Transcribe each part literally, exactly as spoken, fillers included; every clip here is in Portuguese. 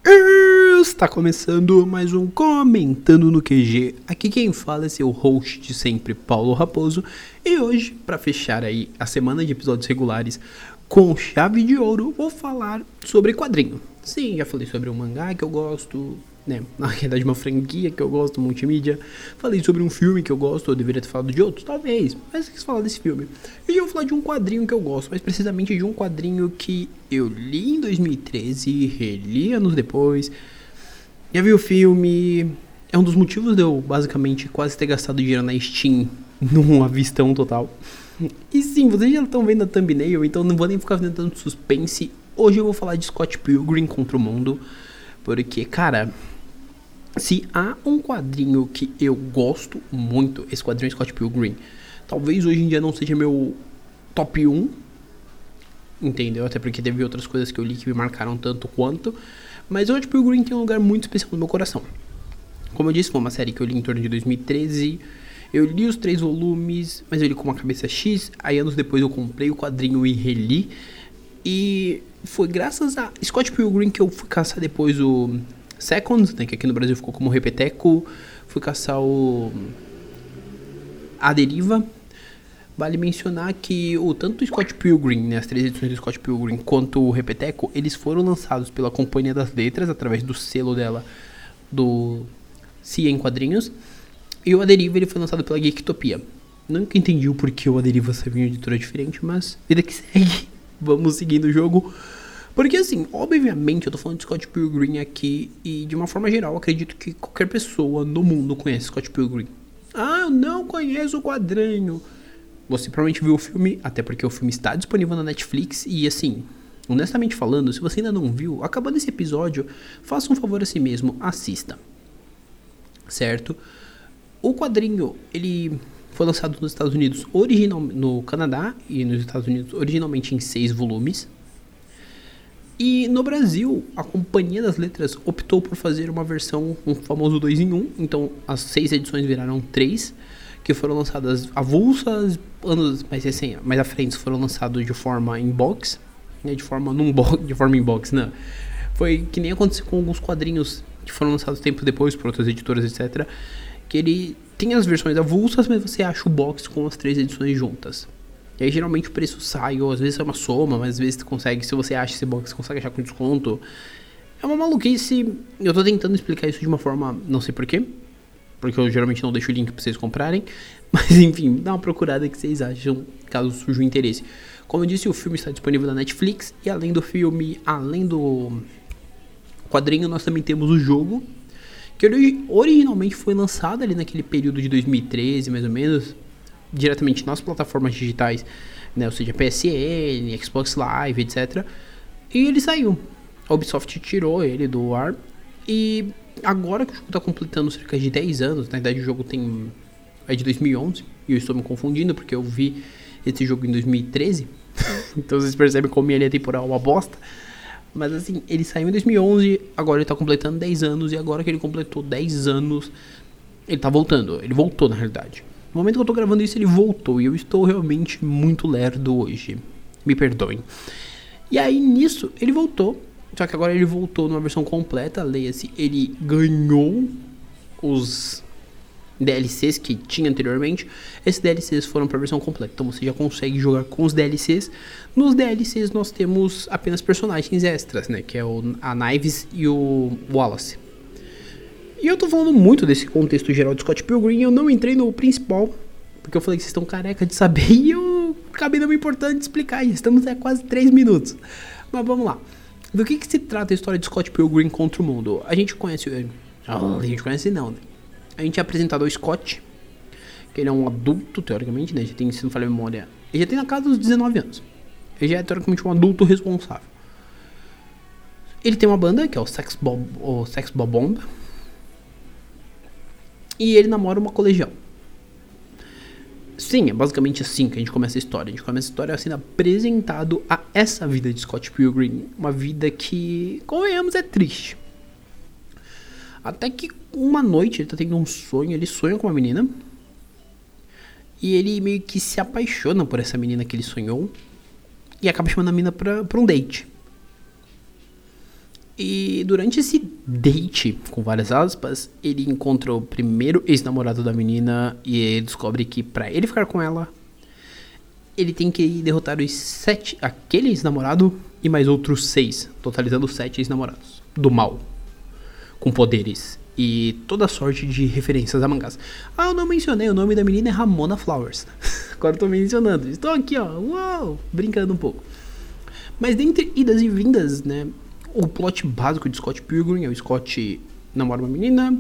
Está começando mais um Comentando no Q G. Aqui quem fala é seu host de sempre, Paulo Raposo. E hoje, para fechar aí a semana de episódios regulares com chave de ouro, vou falar sobre quadrinho. Sim, já falei sobre um mangá que eu gosto, né? Na realidade uma franquia que eu gosto, multimídia. Falei sobre um filme que eu gosto, eu deveria ter falado de outros, talvez, mas eu quis falar desse filme. E hoje eu vou falar de um quadrinho que eu gosto, mais precisamente de um quadrinho que eu li em dois mil e treze, reli anos depois. Já vi o filme, é um dos motivos de eu basicamente quase ter gastado dinheiro na Steam num avistão total. E sim, vocês já estão vendo a thumbnail, então não vou nem ficar fazendo tanto suspense. Hoje eu vou falar de Scott Pilgrim contra o Mundo, porque, cara, se há um quadrinho que eu gosto muito, esse quadrinho é Scott Pilgrim. Talvez hoje em dia não seja meu top um, entendeu? Até porque teve outras coisas que eu li que me marcaram tanto quanto. Mas Scott Pilgrim tem um lugar muito especial no meu coração. Como eu disse, foi uma série que eu li em torno de dois mil e treze. Eu li os três volumes, mas eu li com uma cabeça X. Aí anos depois eu comprei o quadrinho e reli. E foi graças a Scott Pilgrim que eu fui caçar depois o Second, né, que aqui no Brasil ficou como Repeteco. Fui caçar o A Deriva. Vale mencionar que o tanto o Scott Pilgrim, né, as três edições do Scott Pilgrim, quanto o Repeteco, eles foram lançados pela Companhia das Letras, através do selo dela, do C I A em quadrinhos. E o A Deriva ele foi lançado pela Geektopia. Nunca entendi o porquê o A Deriva saiu em editora diferente, mas vida que segue, vamos seguindo o jogo. Porque assim, obviamente eu tô falando de Scott Pilgrim aqui, e de uma forma geral, acredito que qualquer pessoa no mundo conhece Scott Pilgrim. Ah, eu não conheço o quadrinho. Você provavelmente viu o filme, até porque o filme está disponível na Netflix. E assim, honestamente falando, se você ainda não viu, acabando esse episódio, faça um favor a si mesmo, assista. Certo? O quadrinho, ele foi lançado nos Estados Unidos, original, no Canadá e nos Estados Unidos, originalmente em seis volumes. E no Brasil, a Companhia das Letras optou por fazer uma versão, um famoso dois em um. Então, as seis edições viraram três, que foram lançadas avulsas, anos mais recém, mais à frente foram lançados de forma inbox, né, de forma num box, de forma inbox, não. Foi que nem aconteceu com alguns quadrinhos que foram lançados tempo depois por outras editoras, etcétera, que ele tem as versões avulsas, mas você acha o box com as três edições juntas. E aí geralmente o preço sai, ou às vezes é uma soma, mas às vezes você consegue, se você acha esse box, você consegue achar com desconto. É uma maluquice, eu tô tentando explicar isso de uma forma, não sei porquê, porque eu geralmente não deixo o link pra vocês comprarem. Mas enfim, dá uma procurada que vocês acham, caso surja o interesse. Como eu disse, o filme está disponível na Netflix. E além do filme, além do quadrinho, nós também temos o jogo, que originalmente foi lançado ali naquele período de dois mil e treze, mais ou menos, diretamente nas plataformas digitais, né? Ou seja, P S N, Xbox Live, etcétera. E ele saiu. A Ubisoft tirou ele do ar. E agora que o jogo está completando cerca de dez anos, na verdade o jogo tem é de dois mil e onze, e eu estou me confundindo porque eu vi esse jogo em dois mil e treze, então vocês percebem como minha linha temporal é uma bosta. Mas assim, ele saiu em dois mil e onze, agora ele está completando dez anos, e agora que ele completou dez anos, ele está voltando, ele voltou na realidade. No momento que eu estou gravando isso, ele voltou, e eu estou realmente muito lerdo hoje, me perdoem. E aí nisso, ele voltou. Só que agora ele voltou numa versão completa, leia-se, ele ganhou os D L Cs que tinha anteriormente. Esses D L Cs foram para a versão completa, então você já consegue jogar com os D L Cs. Nos D L Cs nós temos apenas personagens extras, né, que é o, a Knives e o Wallace. E eu tô falando muito desse contexto geral de Scott Pilgrim, e eu não entrei no principal, porque eu falei que vocês estão careca de saber, e eu acabei não me importando de explicar, já estamos há quase três minutos. Mas vamos lá. Do que, que se trata a história de Scott Pilgrim contra o Mundo? A gente conhece... Oh, a gente conhece não, né? A gente é apresentado ao Scott, que ele é um adulto, teoricamente, né? Já tem, se não falha a memória... Ele já tem na casa dos dezenove anos. Ele já é, teoricamente, um adulto responsável. Ele tem uma banda, que é o Sex Bob, o Sex Bob Bomb. E ele namora uma colegial. Sim, é basicamente assim que a gente começa a história. A gente começa a história sendo apresentado a essa vida de Scott Pilgrim. Uma vida que, convenhamos, é triste. Até que uma noite ele tá tendo um sonho. Ele sonha com uma menina. E ele meio que se apaixona por essa menina que ele sonhou. E acaba chamando a menina pra, pra um date. E durante esse date, com várias aspas, ele encontra o primeiro ex-namorado da menina e ele descobre que pra ele ficar com ela, ele tem que derrotar os sete, aquele ex-namorado e mais outros seis, totalizando sete ex-namorados do mal, com poderes e toda sorte de referências a mangás. Ah, eu não mencionei, o nome da menina é Ramona Flowers. Agora eu tô mencionando, estou aqui ó, uau, brincando um pouco. Mas dentre idas e vindas, né, o plot básico de Scott Pilgrim é o Scott namora uma menina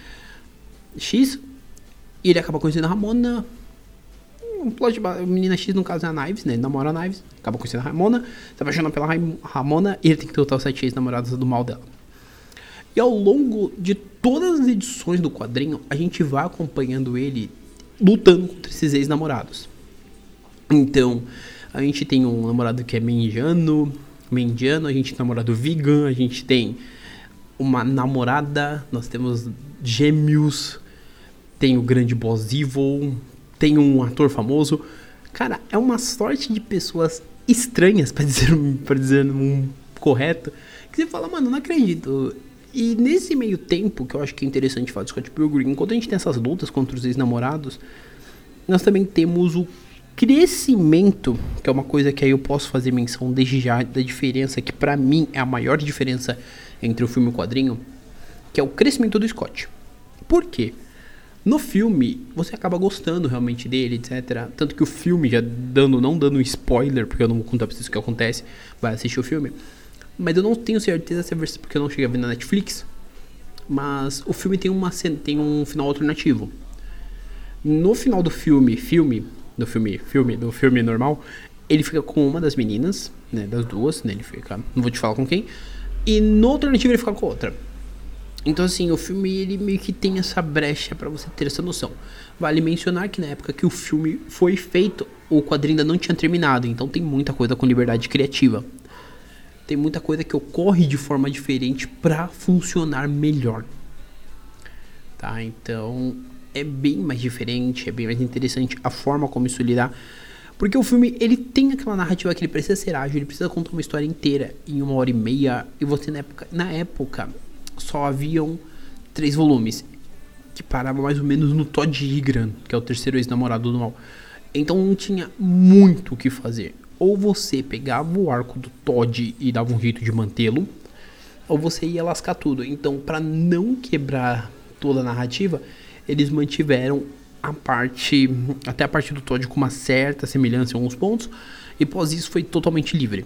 X e ele acaba conhecendo a Ramona. Um plot básico, a menina X no caso é a Knives, né? Ele namora a Knives, acaba conhecendo a Ramona, se apaixona pela Ramona e ele tem que derrotar os sete ex-namorados do mal dela. E ao longo de todas as edições do quadrinho, a gente vai acompanhando ele lutando contra esses ex-namorados. Então, a gente tem um namorado que é mendiano, mendiano, a gente tem um namorado vegan, a gente tem uma namorada, nós temos gêmeos, tem o grande boss evil, tem um ator famoso. Cara, é uma sorte de pessoas estranhas, pra dizer, pra dizer um correto, que você fala, mano, não acredito. E nesse meio tempo, que eu acho que é interessante falar de Scott Pilgrim, enquanto a gente tem essas lutas contra os ex-namorados, nós também temos o crescimento, que é uma coisa que aí eu posso fazer menção desde já, da diferença que pra mim é a maior diferença entre o filme e o quadrinho, que é o crescimento do Scott. Por quê? No filme, você acaba gostando realmente dele, etcétera. Tanto que o filme, já dando, não dando spoiler, porque eu não vou contar pra vocês o que acontece, vai assistir o filme. Mas eu não tenho certeza se é versão, porque eu não cheguei a ver na Netflix. Mas o filme tem, uma, tem um final alternativo. No final do filme, filme, do filme, filme, do filme normal, ele fica com uma das meninas, né, das duas, né, ele fica, não vou te falar com quem. E no alternativo ele fica com outra. Então assim, o filme ele meio que tem essa brecha pra você ter essa noção. Vale mencionar que na época que o filme foi feito, o quadrinho ainda não tinha terminado, então tem muita coisa com liberdade criativa. Tem muita coisa que ocorre de forma diferente pra funcionar melhor. Tá, então é bem mais diferente, é bem mais interessante a forma como isso lidar. Porque o filme, ele tem aquela narrativa que ele precisa ser ágil, ele precisa contar uma história inteira em uma hora e meia. E você na época, na época só haviam três volumes, que paravam mais ou menos no Todd Higran, que é o terceiro ex-namorado do mal. Então não tinha muito o que fazer. Ou você pegava o arco do Todd e dava um jeito de mantê-lo, ou você ia lascar tudo. Então, para não quebrar toda a narrativa, eles mantiveram a parte, até a parte do Todd com uma certa semelhança em alguns pontos, e após isso foi totalmente livre.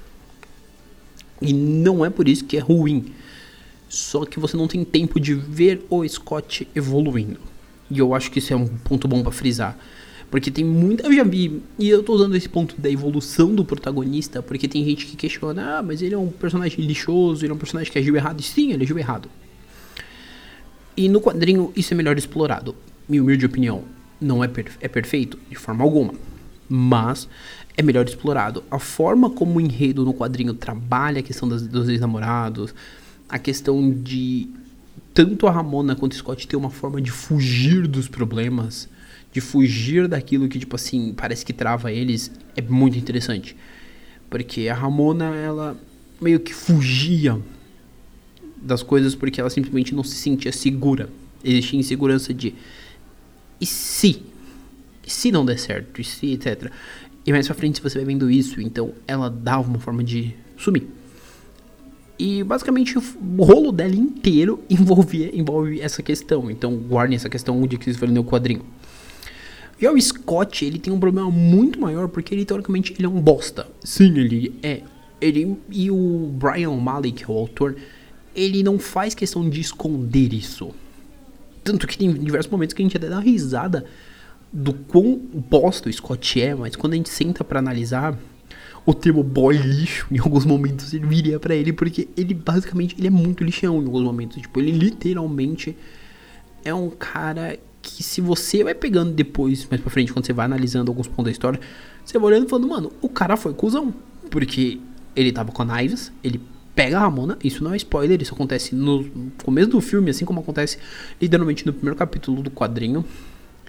E não é por isso que é ruim. Só que você não tem tempo de ver o Scott evoluindo. E eu acho que isso é um ponto bom pra frisar. Porque tem muita... Eu já vi... E eu tô usando esse ponto da evolução do protagonista. Porque tem gente que questiona... Ah, mas ele é um personagem lixoso. Ele é um personagem que agiu errado. E sim, ele agiu errado. E no quadrinho isso é melhor explorado. Minha humilde opinião. Não é, perfe- é perfeito? De forma alguma. Mas é melhor explorado. A forma como o enredo no quadrinho trabalha a questão das, dos ex-namorados... A questão de tanto a Ramona quanto o Scott ter uma forma de fugir dos problemas, de fugir daquilo que, tipo assim, parece que trava eles, é muito interessante. Porque a Ramona, ela meio que fugia das coisas porque ela simplesmente não se sentia segura. Existia insegurança de, e se? E se não der certo? E se, etcétera. E mais pra frente você vai vendo isso, então ela dava uma forma de sumir. E basicamente o rolo dela inteiro envolve, envolve essa questão. Então guardem essa questão de que vocês forem ler o quadrinho. E o Scott, ele tem um problema muito maior porque ele, teoricamente, ele é um bosta. Sim, ele é. Ele, e o Brian O'Malley, que é o autor, ele não faz questão de esconder isso. Tanto que tem diversos momentos que a gente até dá uma risada do quão bosta o Scott é, mas quando a gente senta pra analisar... O termo boy lixo, em alguns momentos, ele viria pra ele, porque ele basicamente, ele é muito lixão em alguns momentos. Tipo, ele literalmente é um cara que, se você vai pegando depois, mais pra frente, quando você vai analisando alguns pontos da história, você vai olhando e falando, mano, o cara foi cuzão. Porque ele tava com a Knives, ele pega a Ramona, isso não é spoiler, isso acontece no começo do filme, assim como acontece literalmente no primeiro capítulo do quadrinho.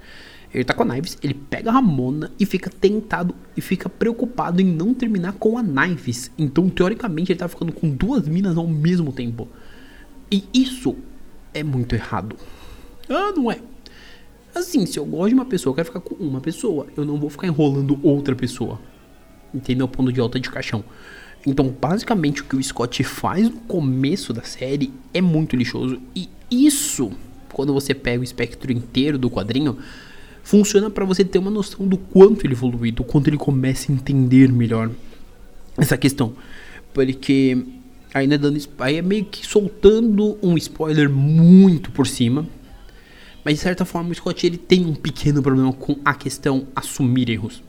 Ele tá com a Knives, ele pega a Ramona e fica tentado e fica preocupado em não terminar com a Knives. Então, teoricamente, ele tá ficando com duas minas ao mesmo tempo. E isso é muito errado. Ah, não é? Assim, se eu gosto de uma pessoa, eu quero ficar com uma pessoa. Eu não vou ficar enrolando outra pessoa. Entendeu? Ponto de alta de caixão. Então, basicamente, o que o Scott faz no começo da série é muito lixoso. E isso, quando você pega o espectro inteiro do quadrinho, funciona pra você ter uma noção do quanto ele evoluiu, do quanto ele começa a entender melhor essa questão. Porque, ainda dando, aí é meio que soltando um spoiler muito por cima. Mas, de certa forma, o Scott ele tem um pequeno problema com a questão assumir erros.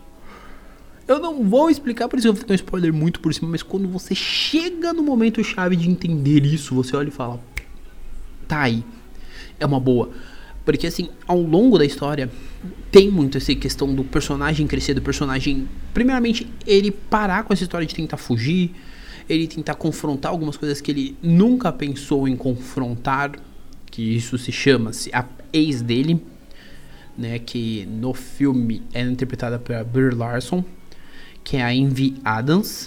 Eu não vou explicar, por isso eu vou ficar um spoiler muito por cima, mas quando você chega no momento chave de entender isso, você olha e fala, tá aí, é uma boa. Porque assim, ao longo da história, tem muito essa questão do personagem crescer, do personagem, primeiramente, ele parar com essa história de tentar fugir, ele tentar confrontar algumas coisas que ele nunca pensou em confrontar, que isso se chama-se a ex dele, né, que no filme é interpretada pela Brie Larson, que é a Amy Adams,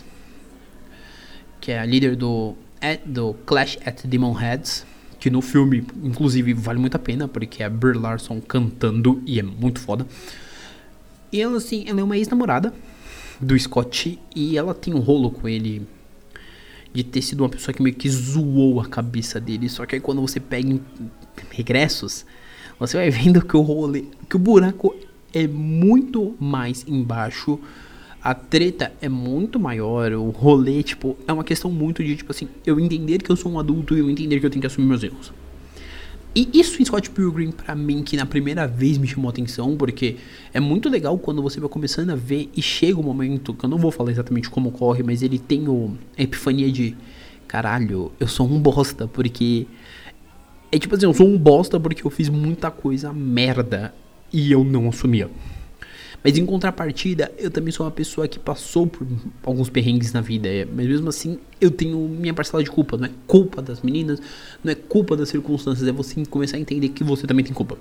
que é a líder do, do Clash at Demon Heads, que no filme, inclusive, vale muito a pena, porque é a Brie Larson cantando e é muito foda. E ela, assim, ela é uma ex-namorada do Scott e ela tem um rolo com ele de ter sido uma pessoa que meio que zoou a cabeça dele. Só que aí quando você pega em regressos, você vai vendo que o rolê, que o buraco é muito mais embaixo. A treta é muito maior, o rolê, tipo, é uma questão muito de, tipo assim, eu entender que eu sou um adulto e eu entender que eu tenho que assumir meus erros. E isso em Scott Pilgrim, pra mim, que na primeira vez me chamou a atenção, porque é muito legal quando você vai começando a ver e chega o um momento, que eu não vou falar exatamente como ocorre, mas ele tem o, a epifania de, caralho, eu sou um bosta, porque... É tipo assim, eu sou um bosta porque eu fiz muita coisa merda e eu não assumia. Mas em contrapartida, eu também sou uma pessoa que passou por alguns perrengues na vida. Mas mesmo assim, eu tenho minha parcela de culpa. Não é culpa das meninas, não é culpa das circunstâncias. É você começar a entender que você também tem culpa.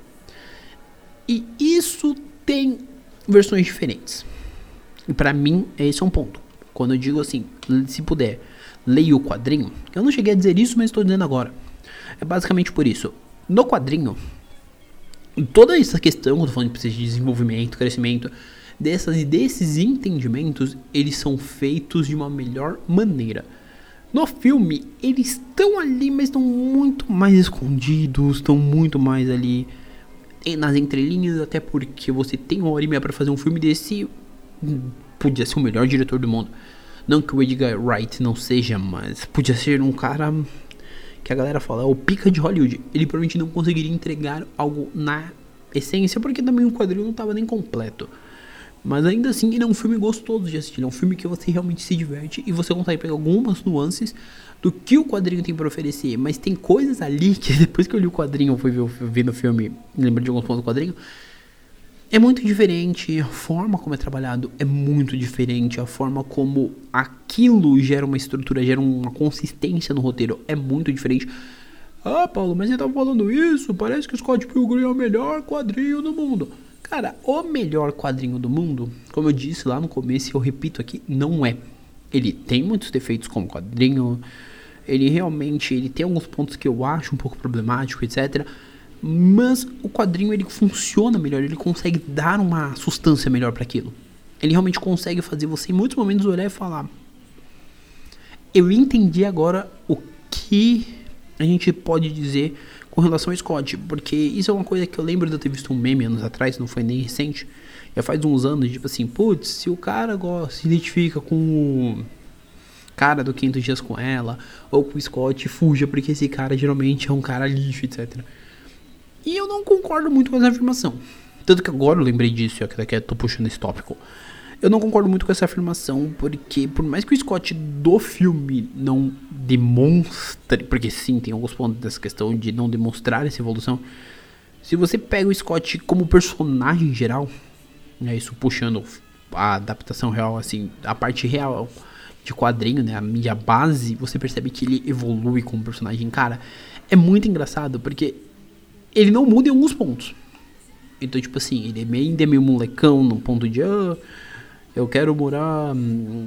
E isso tem versões diferentes. E pra mim, esse é um ponto. Quando eu digo assim, se puder, leia o quadrinho. Eu não cheguei a dizer isso, mas estou dizendo agora. É basicamente por isso. No quadrinho... Toda essa questão, eu tô falando de precisa de desenvolvimento, crescimento, dessas, desses entendimentos, eles são feitos de uma melhor maneira. No filme, eles estão ali, mas estão muito mais escondidos, estão muito mais ali nas entrelinhas, até porque você tem uma hora e meia pra fazer um filme desse, podia ser o melhor diretor do mundo. Não que o Edgar Wright não seja, mas podia ser um cara... que a galera fala, é o pica de Hollywood. Ele provavelmente não conseguiria entregar algo na essência, porque também o quadrinho não estava nem completo. Mas ainda assim, ele é um filme gostoso de assistir. É um filme que você realmente se diverte e você consegue pegar algumas nuances do que o quadrinho tem para oferecer. Mas tem coisas ali que depois que eu li o quadrinho, eu fui ver, ver no filme, lembro de alguns pontos do quadrinho, é muito diferente, a forma como é trabalhado é muito diferente, a forma como aquilo gera uma estrutura, gera uma consistência no roteiro é muito diferente. Ah, Paulo, mas você tá falando isso? Parece que o Scott Pilgrim é o melhor quadrinho do mundo. Cara, o melhor quadrinho do mundo, como eu disse lá no começo e eu repito aqui, não é. Ele tem muitos defeitos como quadrinho, ele realmente ele tem alguns pontos que eu acho um pouco problemático, etcétera. Mas o quadrinho ele funciona melhor, ele consegue dar uma substância melhor para aquilo. Ele realmente consegue fazer você em muitos momentos olhar e falar: eu entendi agora o que a gente pode dizer com relação ao Scott. Porque isso é uma coisa que eu lembro de eu ter visto um meme anos atrás, não foi nem recente. Já faz uns anos, tipo assim, putz, se o cara gosta, se identifica com o cara do quinhentos dias com ela, ou com o Scott, fuja, porque esse cara geralmente é um cara lixo, etcétera. E eu não concordo muito com essa afirmação. Tanto que agora eu lembrei disso, eu até tô puxando esse tópico. Eu não concordo muito com essa afirmação, porque por mais que o Scott do filme não demonstre, porque sim, tem alguns pontos dessa questão de não demonstrar essa evolução. Se você pega o Scott como personagem geral, né, isso puxando a adaptação real, assim, a parte real de quadrinho, né, a mídia base, você percebe que ele evolui como personagem. Cara, é muito engraçado, porque ele não muda em alguns pontos. Então, tipo assim, ele é meio, ainda é meio molecão no ponto de, ah, eu quero morar...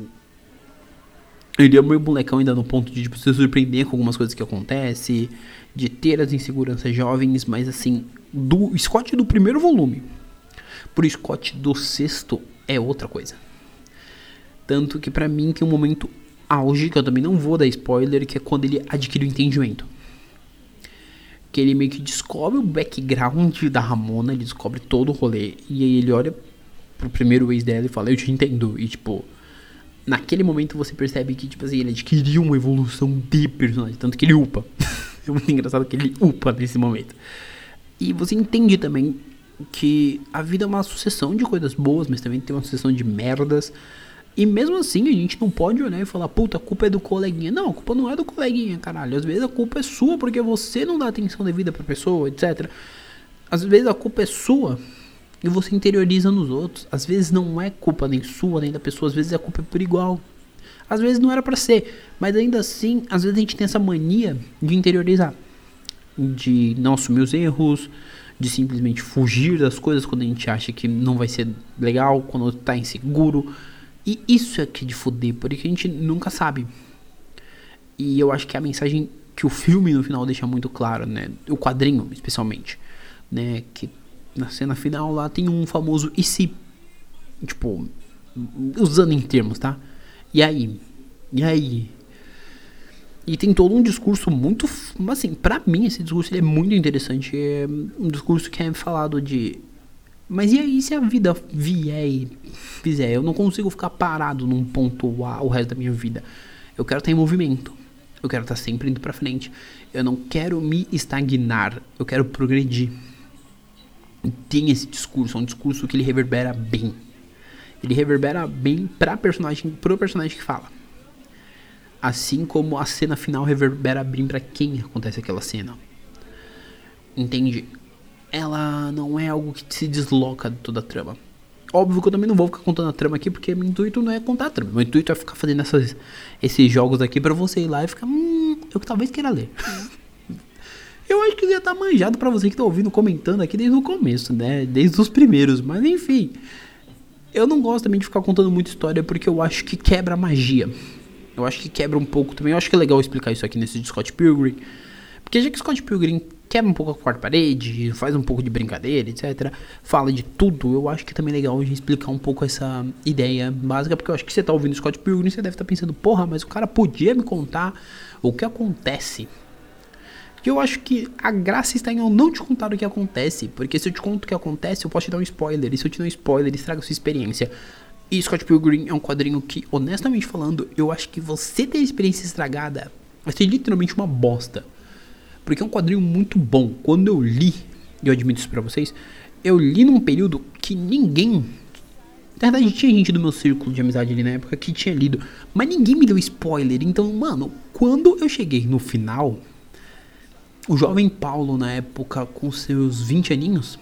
Ele é meio molecão ainda no ponto de tipo, se surpreender com algumas coisas que acontecem, de ter as inseguranças jovens, mas assim, do Scott do primeiro volume pro Scott do sexto é outra coisa. Tanto que pra mim tem um momento auge, que eu também não vou dar spoiler, que é quando ele adquire o entendimento. Que ele meio que descobre o background da Ramona, ele descobre todo o rolê, e aí ele olha pro primeiro ex dela e fala, eu te entendo, e tipo... Naquele momento você percebe que, tipo assim, ele adquiriu uma evolução de personagem, tanto que ele upa. É muito engraçado que ele upa nesse momento. E você entende também que a vida é uma sucessão de coisas boas, mas também tem uma sucessão de merdas. E mesmo assim a gente não pode olhar e falar, puta, a culpa é do coleguinha. Não, a culpa não é do coleguinha, caralho. Às vezes a culpa é sua porque você não dá atenção devida pra pessoa, etcétera. Às vezes a culpa é sua... E você interioriza nos outros. Às vezes não é culpa nem sua, nem da pessoa. Às vezes a culpa é por igual. Às vezes não era pra ser. Mas ainda assim, às vezes a gente tem essa mania de interiorizar. De não assumir os erros. De simplesmente fugir das coisas quando a gente acha que não vai ser legal. Quando tá inseguro. E isso é que é de fuder. Porque a gente nunca sabe. E eu acho que a mensagem que o filme no final deixa muito claro, né? O quadrinho, especialmente. Né? Que... Na cena final lá tem um famoso e se, tipo, usando em termos, tá? E aí? E aí? E tem todo um discurso muito, assim, pra mim esse discurso ele é muito interessante. É um discurso que é falado de, mas e aí se a vida vier e fizer? Eu não consigo ficar parado num ponto A o resto da minha vida. Eu quero estar em movimento. Eu quero estar sempre indo pra frente. Eu não quero me estagnar. Eu quero progredir. Tem esse discurso, é um discurso que ele reverbera bem. Ele reverbera bem pra personagem, pro personagem que fala. Assim como a cena final reverbera bem pra quem acontece aquela cena. Entende? Ela não é algo que se desloca de toda a trama. Óbvio que eu também não vou ficar contando a trama aqui, porque meu intuito não é contar a trama. Meu intuito é ficar fazendo essas, esses jogos aqui pra você ir lá e ficar, hum, eu talvez queira ler. Eu acho que já tá manjado pra você que tá ouvindo, comentando aqui desde o começo, né? Desde os primeiros, mas enfim. Eu não gosto também de ficar contando muita história porque eu acho que quebra a magia. Eu acho que quebra um pouco também. Eu acho que é legal explicar isso aqui nesse de Scott Pilgrim. Porque já que Scott Pilgrim quebra um pouco a quarta parede, faz um pouco de brincadeira, etcétera. Fala de tudo. Eu acho que também é legal a gente explicar um pouco essa ideia básica. Porque eu acho que você tá ouvindo Scott Pilgrim, você deve estar pensando, porra, mas o cara podia me contar o que acontece. E eu acho que a graça está em eu não te contar o que acontece. Porque se eu te conto o que acontece, eu posso te dar um spoiler. E se eu te dar um spoiler, estraga a sua experiência. E Scott Pilgrim é um quadrinho que, honestamente falando, eu acho que você ter a experiência estragada vai ser literalmente uma bosta. Porque é um quadrinho muito bom. Quando eu li, e eu admito isso pra vocês, eu li num período que ninguém... Na verdade, tinha gente do meu círculo de amizade ali na época que tinha lido. Mas ninguém me deu spoiler. Então, mano, quando eu cheguei no final... O jovem Paulo, na época, com seus vinte aninhos,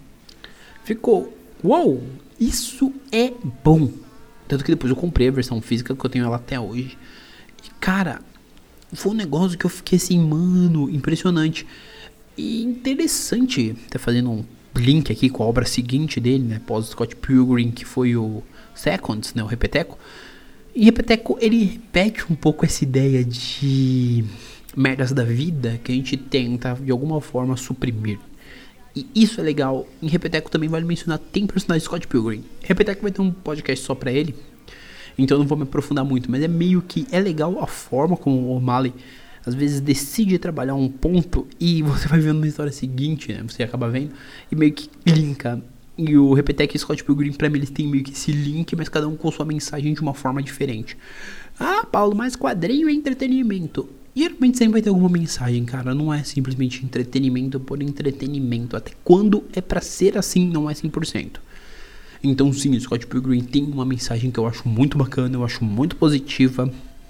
ficou, uou, isso é bom. Tanto que depois eu comprei a versão física, que eu tenho ela até hoje. E, cara, foi um negócio que eu fiquei assim, mano, impressionante. E interessante, tá fazendo um link aqui com a obra seguinte dele, né, pós Scott Pilgrim, que foi o Seconds, né, o Repeteco. E Repeteco, ele repete um pouco essa ideia de... merdas da vida que a gente tenta de alguma forma suprimir. E isso é legal. Em Repeteco também vale mencionar, tem personagem de Scott Pilgrim. Repeteco vai ter um podcast só pra ele, então eu não vou me aprofundar muito, mas é meio que é legal a forma como o O'Malley às vezes decide trabalhar um ponto e você vai vendo na história seguinte, né, você acaba vendo e meio que linka. E o Repeteco e Scott Pilgrim, pra mim, eles têm meio que esse link, mas cada um com sua mensagem de uma forma diferente. Ah, Paulo, mas quadrinho é entretenimento. E geralmente sempre vai ter alguma mensagem, cara. Não é simplesmente entretenimento por entretenimento. Até quando é pra ser assim, não é cem por cento. Então sim, o Scott Pilgrim tem uma mensagem que eu acho muito bacana, eu acho muito positiva.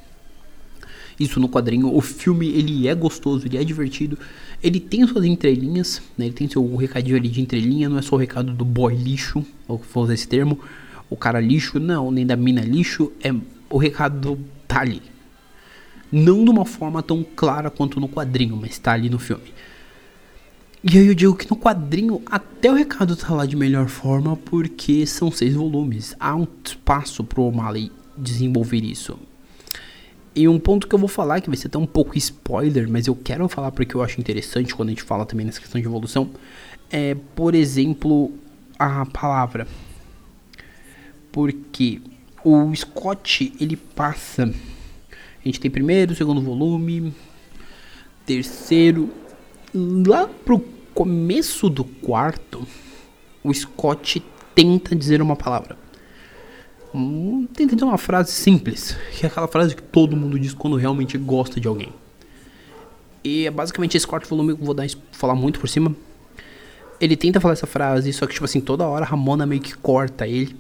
Isso no quadrinho. O filme, ele é gostoso, ele é divertido. Ele tem suas entrelinhas, né? Ele tem seu recadinho ali de entrelinha. Não é só o recado do boy lixo, ou que for usar esse termo. O cara lixo, não, nem da mina lixo. É o recado tá ali. Não de uma forma tão clara quanto no quadrinho, mas tá ali no filme. E aí eu digo que no quadrinho até o recado tá lá de melhor forma, porque são seis volumes. Há um espaço pro O'Malley desenvolver isso. E um ponto que eu vou falar, que vai ser até um pouco spoiler, mas eu quero falar porque eu acho interessante quando a gente fala também nessa questão de evolução, é, por exemplo, a palavra. Porque o Scott, ele passa... A gente tem primeiro, segundo volume, terceiro... Lá pro começo do quarto, o Scott tenta dizer uma palavra. Hum, tenta dizer uma frase simples, que é aquela frase que todo mundo diz quando realmente gosta de alguém. E é basicamente esse quarto volume que eu vou dar, falar muito por cima. Ele tenta falar essa frase, só que tipo assim, toda hora a Ramona meio que corta ele.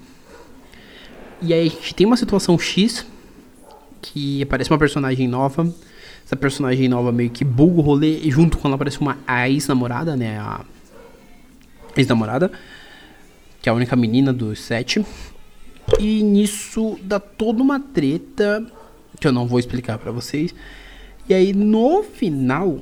E aí a gente tem uma situação X, que aparece uma personagem nova. Essa personagem nova meio que buga o rolê, e junto com ela aparece uma a ex-namorada, né, a ex-namorada, que é a única menina dos sete. E nisso dá toda uma treta, que eu não vou explicar pra vocês. E aí no final,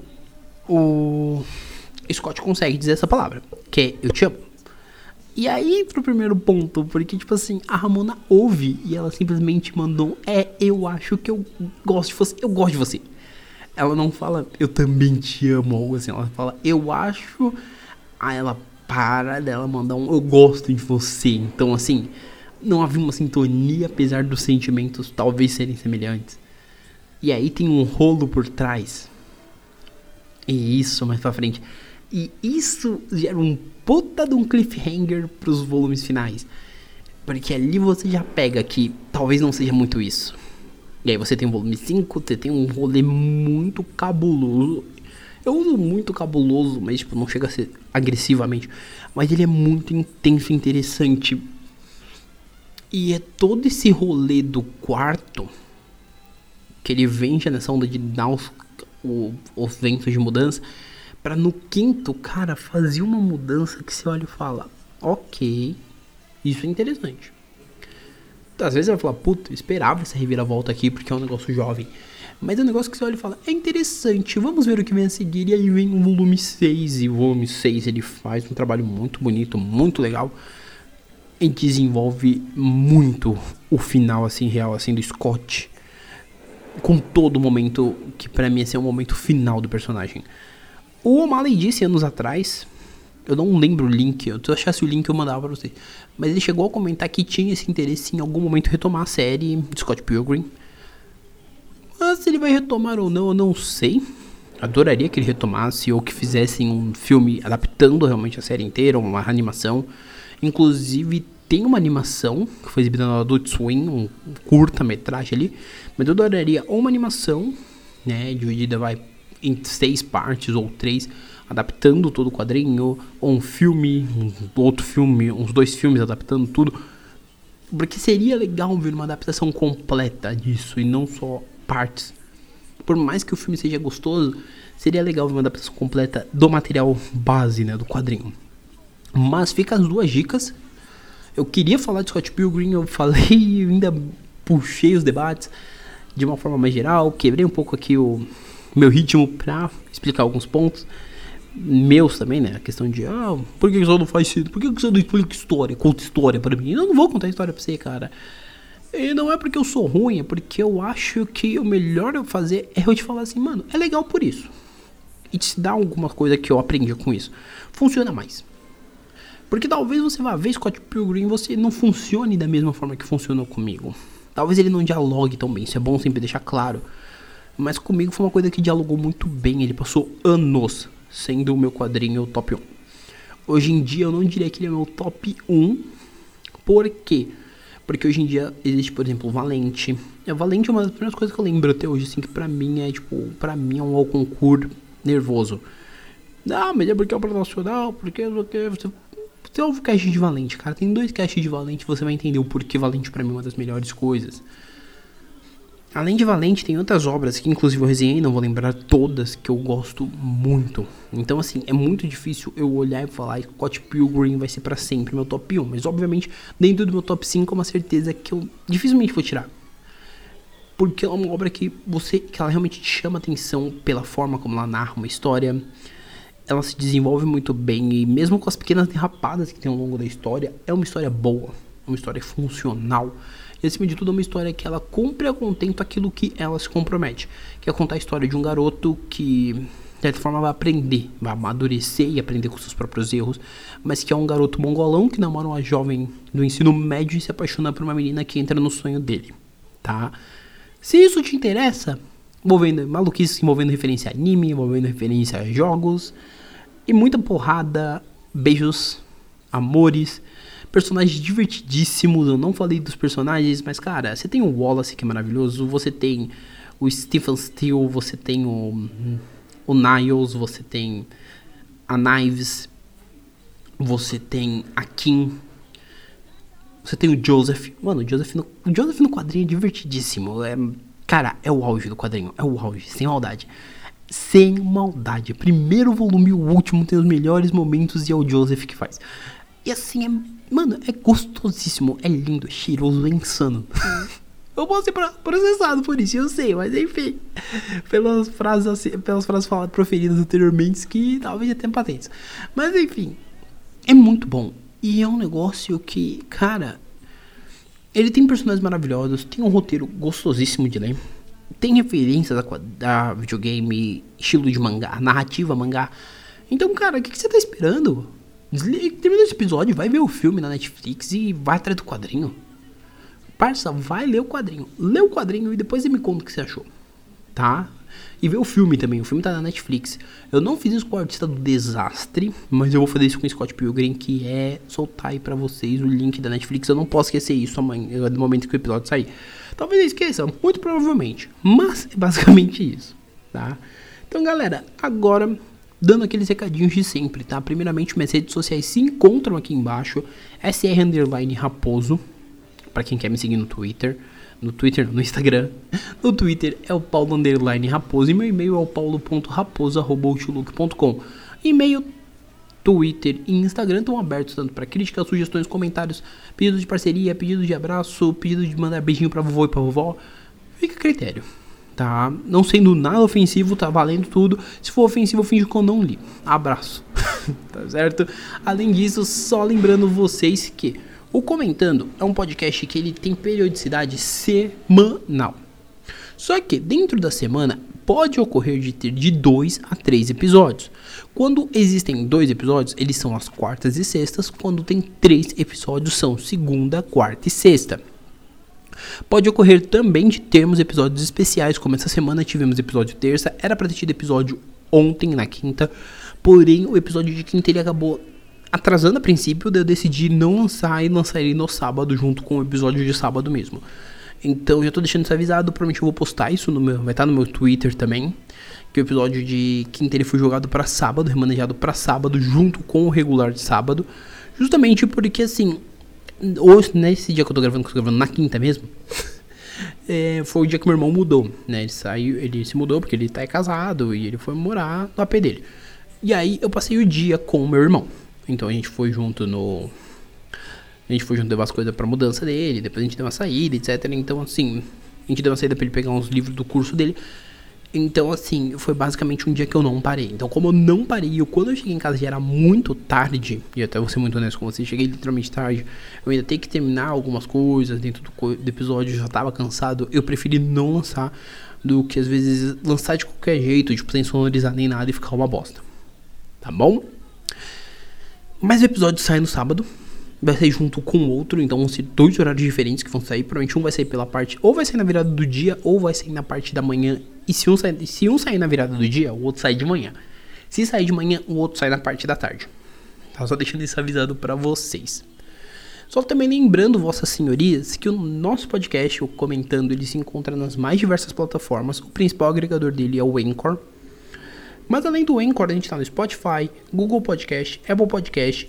o Scott consegue dizer essa palavra, que é eu te amo. E aí pro primeiro ponto, porque tipo assim, a Ramona ouve e ela simplesmente mandou, é, eu acho que eu gosto de você, eu gosto de você. Ela não fala, eu também te amo, ou assim, ela fala, eu acho. Aí ela para dela mandar um, eu gosto de você. Então, assim, não havia uma sintonia, apesar dos sentimentos talvez serem semelhantes. E aí tem um rolo por trás. E isso mais pra frente. E isso gera um puta de um cliffhanger pros volumes finais. Porque ali você já pega que talvez não seja muito isso. E aí você tem o volume cinco, você tem um rolê muito cabuloso. Eu uso muito cabuloso, mas tipo, não chega a ser agressivamente. Mas ele é muito intenso e interessante. E é todo esse rolê do quarto, que ele vem já nessa onda de dar os, o, os ventos de mudança, pra no quinto, cara, fazer uma mudança que você olha e fala, ok, isso é interessante. Às vezes você vai falar, puta, eu esperava essa reviravolta aqui porque é um negócio jovem. Mas é um negócio que você olha e fala, é interessante, vamos ver o que vem a seguir. E aí vem o volume seis, e o volume seis ele faz um trabalho muito bonito, muito legal. E desenvolve muito o final, assim, real, assim, do Scott. Com todo o momento que pra mim esse é o momento final do personagem. O O'Malley disse anos atrás... Eu não lembro o link, eu, se eu achasse o link eu mandava pra vocês. Mas ele chegou a comentar que tinha esse interesse em algum momento retomar a série de Scott Pilgrim. Mas se ele vai retomar ou não, eu não sei. Adoraria que ele retomasse ou que fizessem um filme adaptando realmente a série inteira, uma animação. Inclusive tem uma animação que foi exibida no Adult Swim, um curta-metragem ali. Mas eu adoraria ou uma animação, né, dividida vai em seis partes ou três, adaptando todo o quadrinho, ou um filme, um outro filme, uns dois filmes adaptando tudo. Porque seria legal ver uma adaptação completa disso e não só partes. Por mais que o filme seja gostoso, seria legal ver uma adaptação completa do material base, né, do quadrinho. Mas fica as duas dicas. Eu queria falar de Scott Pilgrim, eu falei, ainda puxei os debates de uma forma mais geral, quebrei um pouco aqui o meu ritmo pra explicar alguns pontos meus também, né, a questão de ah, por que você não faz isso, por que você não explica história, conta história pra mim. Eu não vou contar história pra você, cara. E não é porque eu sou ruim, é porque eu acho que o melhor eu fazer é eu te falar assim, mano, é legal por isso, e te dar alguma coisa que eu aprendi com isso, funciona mais. Porque talvez você vá ver Scott Pilgrim e você não funcione da mesma forma que funcionou comigo. Talvez ele não dialogue tão bem, isso é bom sempre deixar claro. Mas comigo foi uma coisa que dialogou muito bem. Ele passou anos sendo o meu quadrinho top um. Hoje em dia eu não diria que ele é meu top um. Por quê? Porque hoje em dia existe, por exemplo, o Valente. O Valente é uma das primeiras coisas que eu lembro até hoje, assim, que pra mim é, tipo, pra mim é um concurso nervoso. Ah, mas é porque é o nacional, porque você... Você ouve o cast de Valente, cara. Tem dois casts de Valente, você vai entender o porquê Valente pra mim é uma das melhores coisas. Além de Valente, tem outras obras que inclusive eu resenhei, não vou lembrar todas, que eu gosto muito. Então assim, é muito difícil eu olhar e falar que Scott Pilgrim vai ser pra sempre meu top um. Mas obviamente, dentro do meu top cinco é uma certeza que eu dificilmente vou tirar. Porque é uma obra que você, que ela realmente te chama atenção pela forma como ela narra uma história. ela se desenvolve muito bem e mesmo com as pequenas derrapadas que tem ao longo da história, é uma história boa, uma história funcional. E acima de tudo é uma história que ela cumpre a contento aquilo que ela se compromete. Que é contar a história de um garoto que, de certa forma, vai aprender, vai amadurecer e aprender com seus próprios erros. Mas que é um garoto mongolão que namora uma jovem do ensino médio e se apaixona por uma menina que entra no sonho dele, tá? Se isso te interessa, envolvendo maluquice, envolvendo referência a anime, envolvendo referência a jogos, e muita porrada, beijos, amores... Personagens divertidíssimos, eu não falei dos personagens, mas cara, você tem o Wallace que é maravilhoso, você tem o Stephen Steele, você tem o, o Niles, você tem a Knives, você tem a Kim, você tem o Joseph. Mano, o Joseph no, o Joseph no quadrinho é divertidíssimo, é, cara, é o auge do quadrinho, é o auge, sem maldade. Sem maldade, primeiro volume e o último tem os melhores momentos e é o Joseph que faz. E assim, é, mano, é gostosíssimo, é lindo, é cheiroso, é insano. Eu posso ser processado por isso, eu sei, mas enfim. Pelas frases, assim, pelas frases faladas, proferidas anteriormente, que talvez já tenham patentes. Mas enfim, é muito bom. E é um negócio que, cara, ele tem personagens maravilhosos, tem um roteiro gostosíssimo de ler. Tem referências da, da videogame, estilo de mangá, narrativa mangá. Então, cara, o que, que você tá esperando? Termina esse episódio, vai ver o filme na Netflix e vai atrás do quadrinho. Parça, vai ler o quadrinho. Lê o quadrinho e depois você me conta o que você achou, tá? E vê o filme também, o filme tá na Netflix. Eu não fiz isso com o Artista do Desastre, mas eu vou fazer isso com o Scott Pilgrim, que é soltar aí pra vocês o link da Netflix. Eu não posso esquecer isso amanhã, no momento que o episódio sair. Talvez eu esqueça, muito provavelmente, mas é basicamente isso, tá? Então galera, agora... dando aqueles recadinhos de sempre, tá? Primeiramente, minhas redes sociais se encontram aqui embaixo. S R underline Raposo, pra quem quer me seguir no Twitter. No Twitter, no Instagram. No Twitter é o Paulo underline Raposo. E meu e-mail é o paulo ponto raposo arroba outlook ponto com. E-mail, Twitter e Instagram estão abertos tanto para críticas, sugestões, comentários, pedidos de parceria, pedidos de abraço, pedido de mandar beijinho pra vovô e pra vovó. Fica a critério. Tá? Não sendo nada ofensivo, tá valendo tudo. Se for ofensivo, eu finjo que eu não li. Abraço. Tá certo? Além disso, só lembrando vocês que o Comentando é um podcast que ele tem periodicidade semanal. Só que dentro da semana pode ocorrer de ter de dois a três episódios. Quando existem dois episódios, eles são as quartas e sextas. Quando tem três episódios, são segunda, quarta e sexta. Pode ocorrer também de termos episódios especiais, como essa semana tivemos episódio terça, era pra ter tido episódio ontem, na quinta, porém o episódio de quinta ele acabou atrasando a princípio, daí eu decidi não lançar e lançar ele no sábado, junto com o episódio de sábado mesmo. Então já tô deixando isso avisado, provavelmente eu vou postar isso, no meu, vai estar no meu Twitter também, que o episódio de quinta ele foi jogado pra sábado, remanejado pra sábado, junto com o regular de sábado, justamente porque assim... hoje, nesse dia que eu tô gravando, que eu tô gravando na quinta mesmo, é, foi o dia que meu irmão mudou, né? Ele saiu, ele se mudou porque ele tá casado e ele foi morar no A P dele. E aí eu passei o dia com o meu irmão. Então a gente foi junto no... A gente foi junto levar as coisas pra mudança dele, depois a gente deu uma saída, etcétera. Então assim, a gente deu uma saída pra ele pegar uns livros do curso dele. Então, assim, foi basicamente um dia que eu não parei. Então, como eu não parei, eu, quando eu cheguei em casa já era muito tarde, e até vou ser muito honesto com você, cheguei literalmente tarde, eu ainda tenho que terminar algumas coisas dentro do, do episódio, eu já tava cansado, eu preferi não lançar do que, às vezes, lançar de qualquer jeito, tipo, sem sonorizar nem nada e ficar uma bosta. Tá bom? Mas o episódio sai no sábado, vai sair junto com o outro, então vão ser dois horários diferentes que vão sair. Provavelmente um vai sair pela parte, ou vai sair na virada do dia, ou vai sair na parte da manhã. E se um, sair, se um sair na virada do dia, o outro sai de manhã. Se sair de manhã, o outro sai na parte da tarde. Tá só deixando isso avisado pra vocês. Só também lembrando, vossas senhorias, que o nosso podcast, o Comentando, ele se encontra nas mais diversas plataformas. O principal agregador dele é o Anchor. Mas além do Anchor, a gente tá no Spotify, Google Podcast, Apple Podcast,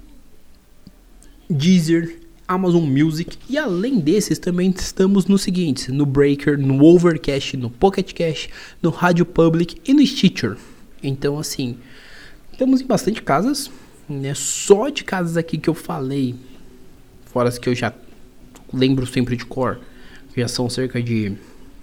Deezer, Amazon Music, e além desses também estamos nos seguintes: no Breaker, no Overcast, no Pocket Cast, no Radio Public e no Stitcher. Então assim, estamos em bastante casas, né? Só de casas aqui que eu falei, fora as que eu já lembro sempre de cor, já são cerca de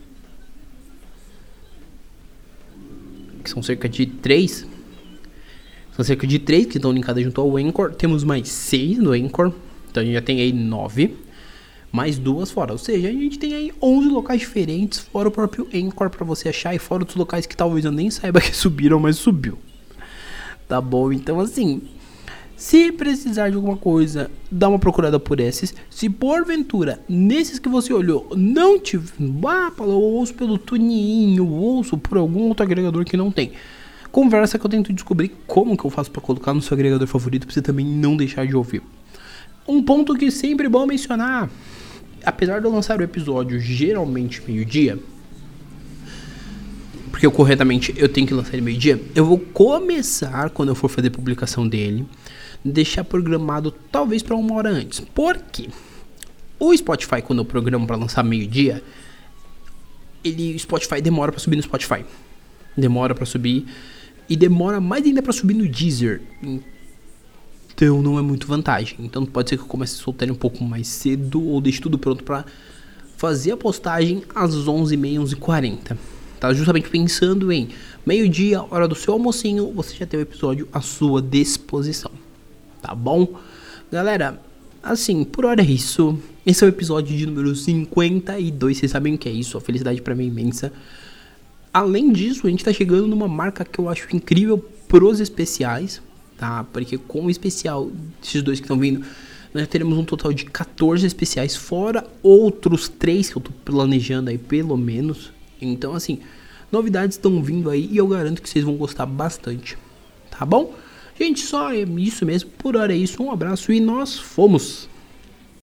que são cerca de três. São cerca de três que estão linkadas junto ao Anchor. Temos mais seis no Anchor. Então a gente já tem aí nove. Mais duas fora. Ou seja, a gente tem aí onze locais diferentes. Fora o próprio Anchor pra você achar. E fora outros locais que talvez eu nem saiba que subiram, mas subiu. Tá bom? Então assim, se precisar de alguma coisa, dá uma procurada por esses. Se porventura, nesses que você olhou, não tiver... Ah, Paulo, eu ouço pelo Tuninho, eu ouço por algum outro agregador que não tem. Conversa que eu tento descobrir como que eu faço pra colocar no seu agregador favorito, pra você também não deixar de ouvir. Um ponto que sempre é bom mencionar, apesar de eu lançar o episódio geralmente meio-dia, porque eu corretamente eu tenho que lançar ele meio-dia, eu vou começar, quando eu for fazer a publicação dele, deixar programado talvez para uma hora antes. Por quê? O Spotify, quando eu programo para lançar meio-dia, ele, o Spotify demora para subir no Spotify. Demora para subir e demora mais ainda para subir no Deezer. Então não é muito vantagem. Então pode ser que eu comece a soltar um pouco mais cedo ou deixe tudo pronto para fazer a postagem às onze e meia, onze e quarenta. Tá justamente pensando em meio-dia, hora do seu almocinho, você já tem o episódio à sua disposição. Tá bom? Galera, assim, por hora é isso. Esse é o episódio de número cinquenta e dois. Vocês sabem o que é isso. A felicidade pra mim é imensa. Além disso, a gente tá chegando numa marca que eu acho incrível pros especiais, tá? Porque com o especial, esses dois que estão vindo, nós já teremos um total de quatorze especiais, fora outros três que eu tô planejando aí, pelo menos. Então, assim, novidades estão vindo aí e eu garanto que vocês vão gostar bastante. Tá bom? Gente, só é isso mesmo. Por hora é isso. Um abraço e nós fomos!